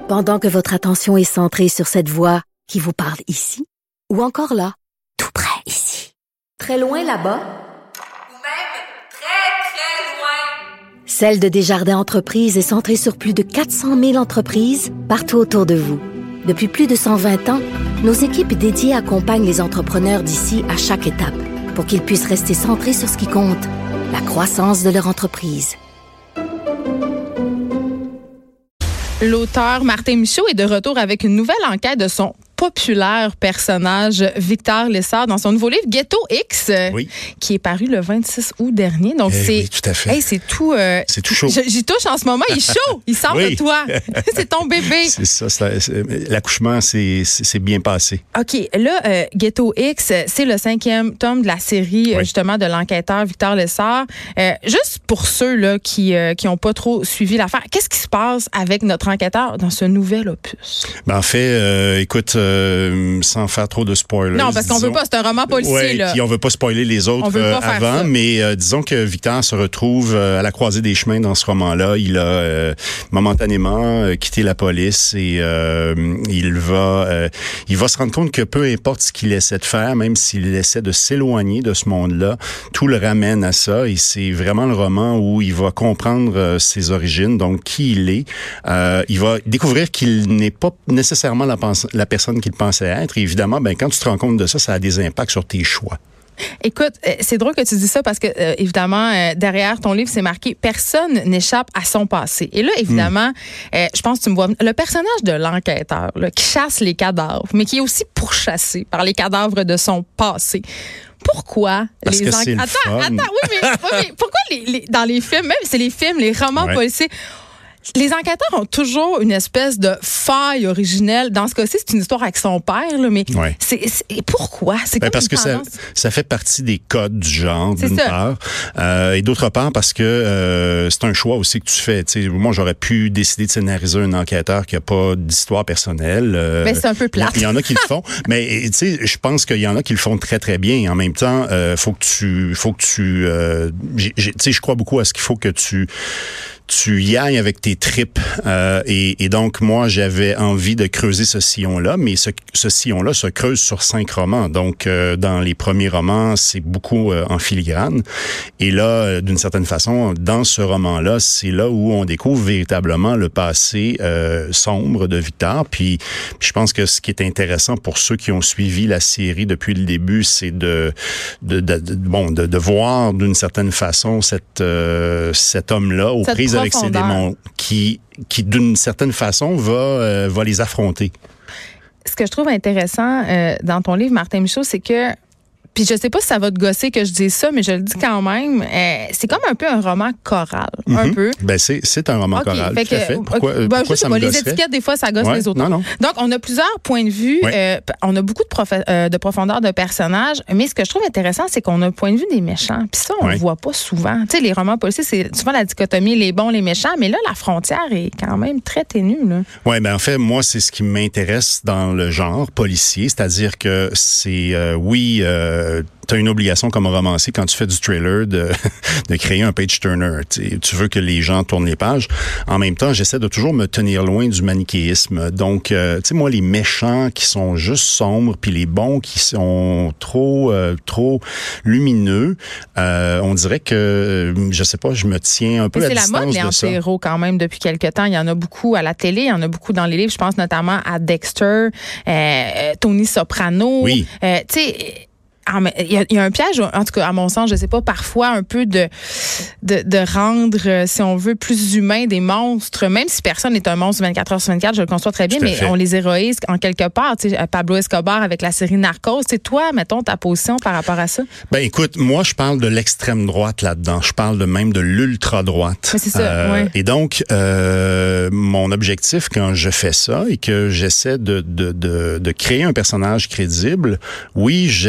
Pendant que votre attention est centrée sur cette voix qui vous parle ici, ou encore là, tout près ici, très loin là-bas, ou même très, très loin. Celle de Desjardins Entreprises est centrée sur plus de 400 000 entreprises partout autour de vous. Depuis plus de 120 ans, nos équipes dédiées accompagnent les entrepreneurs d'ici à chaque étape pour qu'ils puissent rester centrés sur ce qui compte, la croissance de leur entreprise. L'auteur Martin Michaud est de retour avec une nouvelle enquête de son populaire personnage Victor Lessard dans son nouveau livre Ghetto X, qui est paru le 26 août dernier. Donc oui, tout à fait. C'est tout. C'est tout chaud. J'y touche en ce moment. Il est chaud. Il sort de toi. C'est ton bébé. C'est ça. L'accouchement, c'est bien passé. OK. Là, Ghetto X, c'est le 5e tome de la série, justement, de l'enquêteur Victor Lessard. Juste pour ceux là qui n'ont pas trop suivi l'affaire, qu'est-ce qui se passe avec notre enquêteur dans ce nouvel opus? En fait, écoute, sans faire trop de spoilers. Non, parce qu'on veut pas, c'est un roman policier. Là. Puis on veut pas spoiler les autres avant, mais disons que Victor se retrouve à la croisée des chemins dans ce roman-là. Il a momentanément quitté la police et il va se rendre compte que peu importe ce qu'il essaie de faire, même s'il essaie de s'éloigner de ce monde-là, tout le ramène à ça et c'est vraiment le roman où il va comprendre ses origines, donc qui il est. Il va découvrir qu'il n'est pas nécessairement la personne qu'il pensait être. Et évidemment, quand tu te rends compte de ça, ça a des impacts sur tes choix. Écoute, c'est drôle que tu dis ça parce que, évidemment, derrière ton livre, c'est marqué « Personne n'échappe à son passé ». Et là, évidemment, je pense que tu me vois, le personnage de l'enquêteur là, qui chasse les cadavres, mais qui est aussi pourchassé par les cadavres de son passé. Pourquoi Parce que c'est le fun. Attends, oui, mais pourquoi dans les films, même c'est les films, les romans policiers, les enquêteurs ont toujours une espèce de faille originelle. Dans ce cas-ci, c'est une histoire avec son père, là, mais pourquoi? C'est comme parce que ça fait partie des codes du genre, d'une part. Et d'autre part, parce que c'est un choix aussi que tu fais. T'sais, moi, j'aurais pu décider de scénariser un enquêteur qui n'a pas d'histoire personnelle. Mais c'est un peu plate. Il y en a qui le font. Mais je pense qu'il y en a qui le font très, très bien. En même temps, faut que tu je crois beaucoup à ce qu'il faut que tu y ailles avec tes tripes. Et donc, moi, j'avais envie de creuser ce sillon-là, mais ce sillon-là se creuse sur 5 romans. Donc, dans les premiers romans, c'est beaucoup en filigrane. Et là, d'une certaine façon, dans ce roman-là, c'est là où on découvre véritablement le passé sombre de Victor. Puis je pense que ce qui est intéressant pour ceux qui ont suivi la série depuis le début, c'est de voir d'une certaine façon cet homme-là aux prises avec ses démons qui d'une certaine façon va les affronter. Ce que je trouve intéressant dans ton livre, Martin Michaud, c'est que, puis je sais pas si ça va te gosser que je dise ça, mais je le dis quand même, c'est comme un peu un roman choral, un peu. C'est un roman choral, tout à fait. Pourquoi ça me gosserait? Les étiquettes, des fois, ça gosse les auteurs. Non. Donc, on a plusieurs points de vue. On a beaucoup de profondeur de personnages, mais ce que je trouve intéressant, c'est qu'on a un point de vue des méchants. Puis ça, on le voit pas souvent. Tu sais, les romans policiers, c'est souvent la dichotomie, les bons, les méchants, mais là, la frontière est quand même très ténue. Oui, en fait, moi, c'est ce qui m'intéresse dans le genre policier, c'est-à-dire que c'est, tu as une obligation comme romancier quand tu fais du trailer de créer un page-turner. Tu veux que les gens tournent les pages. En même temps, j'essaie de toujours me tenir loin du manichéisme. Donc, tu sais, moi, les méchants qui sont juste sombres, puis les bons qui sont trop lumineux, on dirait que, je sais pas, je me tiens un peu à distance de ça. C'est la mode, les anti-héros, quand même, depuis quelque temps. Il y en a beaucoup à la télé, il y en a beaucoup dans les livres. Je pense notamment à Dexter, Tony Soprano. Oui. Tu sais... Il y a un piège, en tout cas, à mon sens, je sais pas, parfois un peu de rendre, si on veut, plus humain des monstres, même si personne n'est un monstre 24 heures sur 24, je le conçois très bien, mais on les héroïse en quelque part. Tu sais, Pablo Escobar avec la série Narcos. Tu sais, toi, mettons ta position par rapport à ça. Écoute, moi, je parle de l'extrême droite là-dedans. Je parle même de l'ultra-droite. Mais c'est ça, Et donc, mon objectif quand je fais ça et que j'essaie de créer un personnage crédible, oui, j'essaie de montrer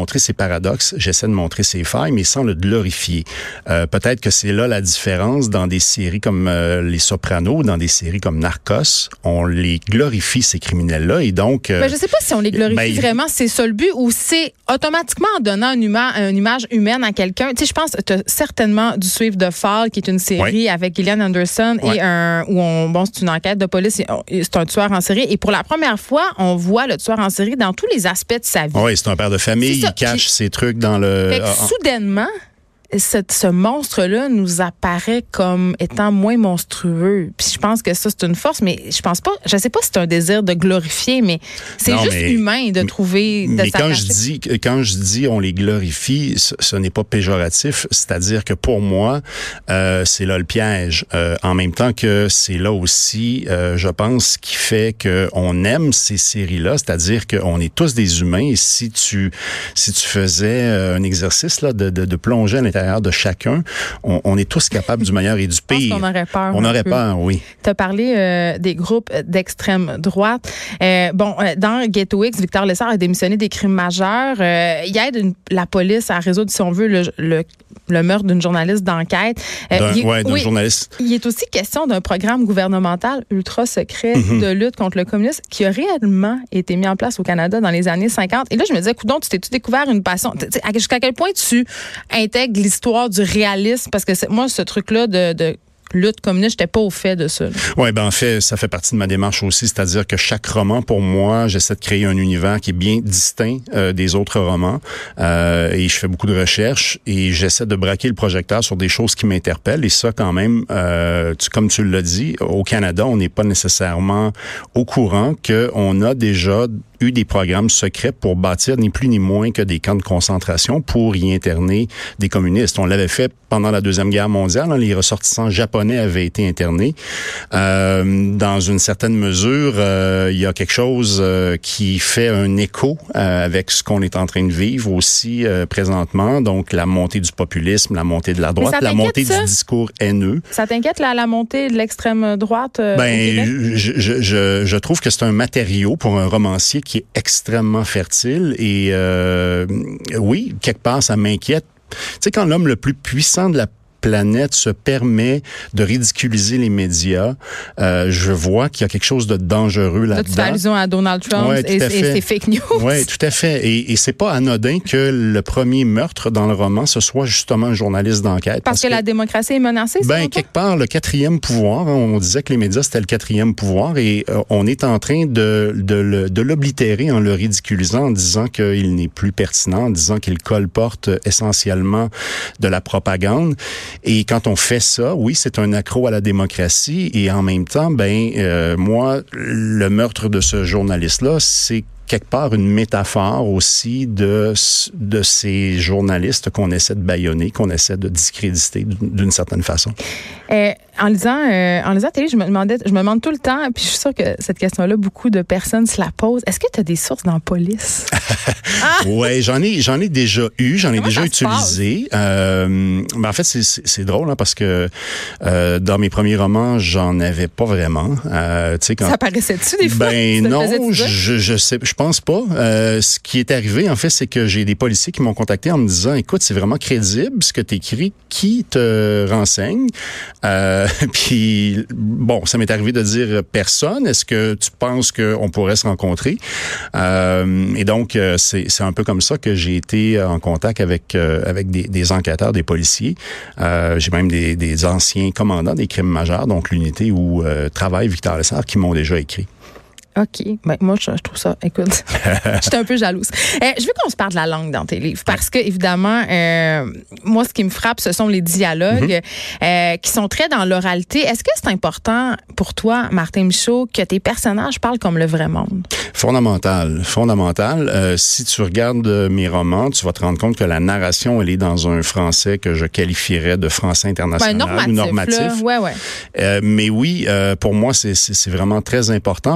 montrer ses paradoxes, j'essaie de montrer ses failles, mais sans le glorifier. Peut-être que c'est là la différence dans des séries comme Les Sopranos, dans des séries comme Narcos. On les glorifie, ces criminels-là, et donc... je sais pas si on les glorifie vraiment, c'est ça le but, ou c'est automatiquement en donnant une image humaine à quelqu'un. Tu sais, je pense que tu as certainement dû suivre The Fall, qui est une série avec Gillian Anderson, et c'est une enquête de police, c'est un tueur en série, et pour la première fois, on voit le tueur en série dans tous les aspects de sa vie. Oui, c'est un père de famille, il cache ses trucs dans le... Fait que soudainement, ce monstre-là nous apparaît comme étant moins monstrueux. Puis je pense que ça, c'est une force, mais je sais pas si c'est un désir de glorifier, mais c'est humain de trouver... Mais quand je dis on les glorifie, ce n'est pas péjoratif, c'est-à-dire que pour moi, c'est là le piège. En même temps que c'est là aussi, je pense, qui fait qu'on aime ces séries-là, c'est-à-dire qu'on est tous des humains, et si tu faisais un exercice là de plonger à l'intérieur de chacun, on est tous capables du meilleur et du pire. Je pense qu'on aurait peur. On aurait peur, oui. Tu as parlé des groupes d'extrême droite. Dans Ghetto X, Victor Lessard a démissionné des crimes majeurs. Il aide la police à résoudre, si on veut, le meurtre d'une journaliste d'enquête. D'un journaliste. Il est aussi question d'un programme gouvernemental ultra secret de lutte contre le communisme qui a réellement été mis en place au Canada dans les années 50. Et là, je me disais, coudonc, tu t'es-tu découvert une passion? Jusqu'à quel point tu intègres l'histoire du réalisme? Parce que moi, ce truc-là de lutte communiste, j'étais pas au fait de ça. Oui, en fait, ça fait partie de ma démarche aussi, c'est-à-dire que chaque roman, pour moi, j'essaie de créer un univers qui est bien distinct des autres romans, et je fais beaucoup de recherches, et j'essaie de braquer le projecteur sur des choses qui m'interpellent, et ça, quand même, comme tu l'as dit, au Canada, on n'est pas nécessairement au courant qu'on a déjà eu des programmes secrets pour bâtir ni plus ni moins que des camps de concentration pour y interner des communistes. On l'avait fait pendant la Deuxième Guerre mondiale. Les ressortissants japonais avaient été internés. Dans une certaine mesure, il y a quelque chose qui fait un écho avec ce qu'on est en train de vivre aussi présentement. Donc, la montée du populisme, la montée de la droite, la montée du discours haineux. Ça t'inquiète, la montée de l'extrême droite? Je trouve que c'est un matériau pour un romancier qui est extrêmement fertile, et oui, quelque part, ça m'inquiète. Tu sais, quand l'homme le plus puissant de la planète se permet de ridiculiser les médias, je vois qu'il y a quelque chose de dangereux là-dedans. Tu fais allusion à Donald Trump et ses fake news. Oui, tout à fait. Et c'est pas anodin que le premier meurtre dans le roman, ce soit justement un journaliste d'enquête. Parce que la démocratie est menacée, quelque part, le quatrième pouvoir, on disait que les médias, c'était le quatrième pouvoir, et on est en train de l'oblitérer en le ridiculisant, en disant qu'il n'est plus pertinent, en disant qu'il colporte essentiellement de la propagande. Et quand on fait ça, oui, c'est un accroc à la démocratie, et en même temps, moi, le meurtre de ce journaliste-là, c'est quelque part une métaphore aussi de ces journalistes qu'on essaie de bâillonner, qu'on essaie de discréditer d'une certaine façon. En lisant télé, je me demande tout le temps, puis je suis sûre que cette question-là, beaucoup de personnes se la posent. Est-ce que tu as des sources dans la police? Oui, j'en ai déjà eu, j'en ai déjà utilisé. En fait, c'est drôle, parce que dans mes premiers romans, j'en avais pas vraiment. Ça paraissait-tu des fois? Non, je pense pas. Ce qui est arrivé, en fait, c'est que j'ai des policiers qui m'ont contacté en me disant, écoute, c'est vraiment crédible ce que t'écris, qui te renseigne? Puis, ça m'est arrivé de dire personne. Est-ce que tu penses qu'on pourrait se rencontrer? Et donc, c'est un peu comme ça que j'ai été en contact avec des enquêteurs, des policiers. J'ai même des anciens commandants des crimes majeurs, donc l'unité où travaille Victor Lessard, qui m'ont déjà écrit. OK. Moi, je trouve ça, écoute, j'étais un peu jalouse. Je veux qu'on se parle de la langue dans tes livres parce que, évidemment, moi, ce qui me frappe, ce sont les dialogues qui sont très dans l'oralité. Est-ce que c'est important pour toi, Martin Michaud, que tes personnages parlent comme le vrai monde? Fondamental. Si tu regardes mes romans, tu vas te rendre compte que la narration, elle est dans un français que je qualifierais de français international ou normatif. Ouais. Mais oui, pour moi, c'est vraiment très important parce que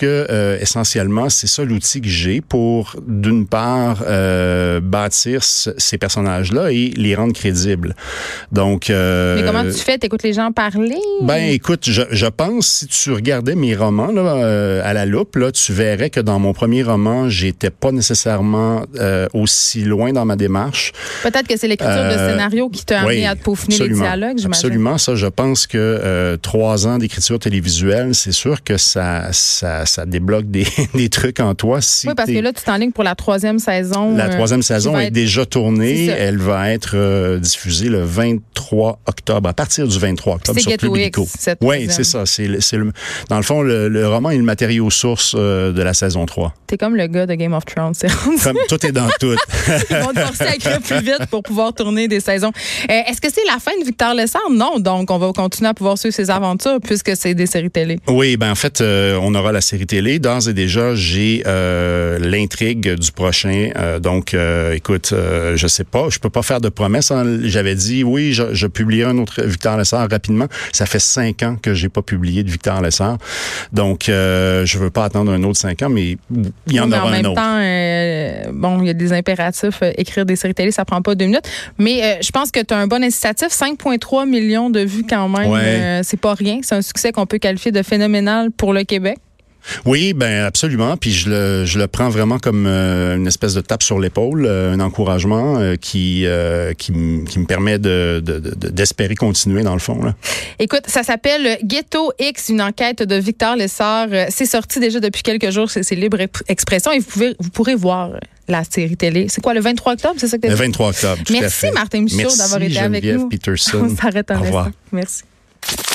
que essentiellement, c'est ça l'outil que j'ai pour, d'une part, bâtir ces personnages-là et les rendre crédibles. Donc, mais comment tu fais? T'écoutes les gens parler? Ben, écoute, je pense, si tu regardais mes romans là, à la loupe, là, tu verrais que dans mon premier roman, j'étais pas nécessairement aussi loin dans ma démarche. Peut-être que c'est l'écriture de scénario qui t'a amené à te peaufiner les dialogues, j'imagine. Absolument, ça, je pense que 3 ans d'écriture télévisuelle, c'est sûr que ça débloque des trucs en toi. Si oui, parce que là, tu t'enlignes pour la 3e saison. La 3e saison est déjà tournée. Elle va être diffusée le 23 octobre, à partir du 23 octobre sur Club Illico. Oui, c'est ça. Dans le fond, le roman est le matériau source de la saison 3. T'es comme le gars de Game of Thrones. Comme tout est dans tout. Ils vont te forcer à écrire plus vite pour pouvoir tourner des saisons. Est-ce que c'est la fin de Victor Lessard? Non, donc on va continuer à pouvoir suivre ses aventures puisque c'est des séries télé. Oui, ben en fait, on aura la série télé. D'ores et déjà, j'ai l'intrigue du prochain. Donc, écoute, je sais pas, je peux pas faire de promesses. Hein. J'avais dit, oui, je publierai un autre Victor Lessard rapidement. Ça fait 5 ans que j'ai pas publié de Victor Lessard. Donc, je veux pas attendre un autre 5 ans, mais il y en aura un autre. En même temps, bon, il y a des impératifs. Écrire des séries télé, ça prend pas 2 minutes. Mais je pense que tu as un bon incitatif. 5,3 millions de vues quand même. Ouais. C'est pas rien. C'est un succès qu'on peut qualifier de phénoménal pour le Québec. Oui, ben absolument. Puis je le prends vraiment comme une espèce de tape sur l'épaule, un encouragement qui me permet d'espérer continuer dans le fond. Là. Écoute, ça s'appelle Ghetto X, une enquête de Victor Lessard. C'est sorti déjà depuis quelques jours, c'est libre expression et vous pourrez voir la série télé. C'est quoi, le 23 octobre? C'est ça que tu as dit? Le 23 octobre, tout Merci à fait. Martin Michaud d'avoir été avec nous. Peterson. On s'arrête un instant. Merci.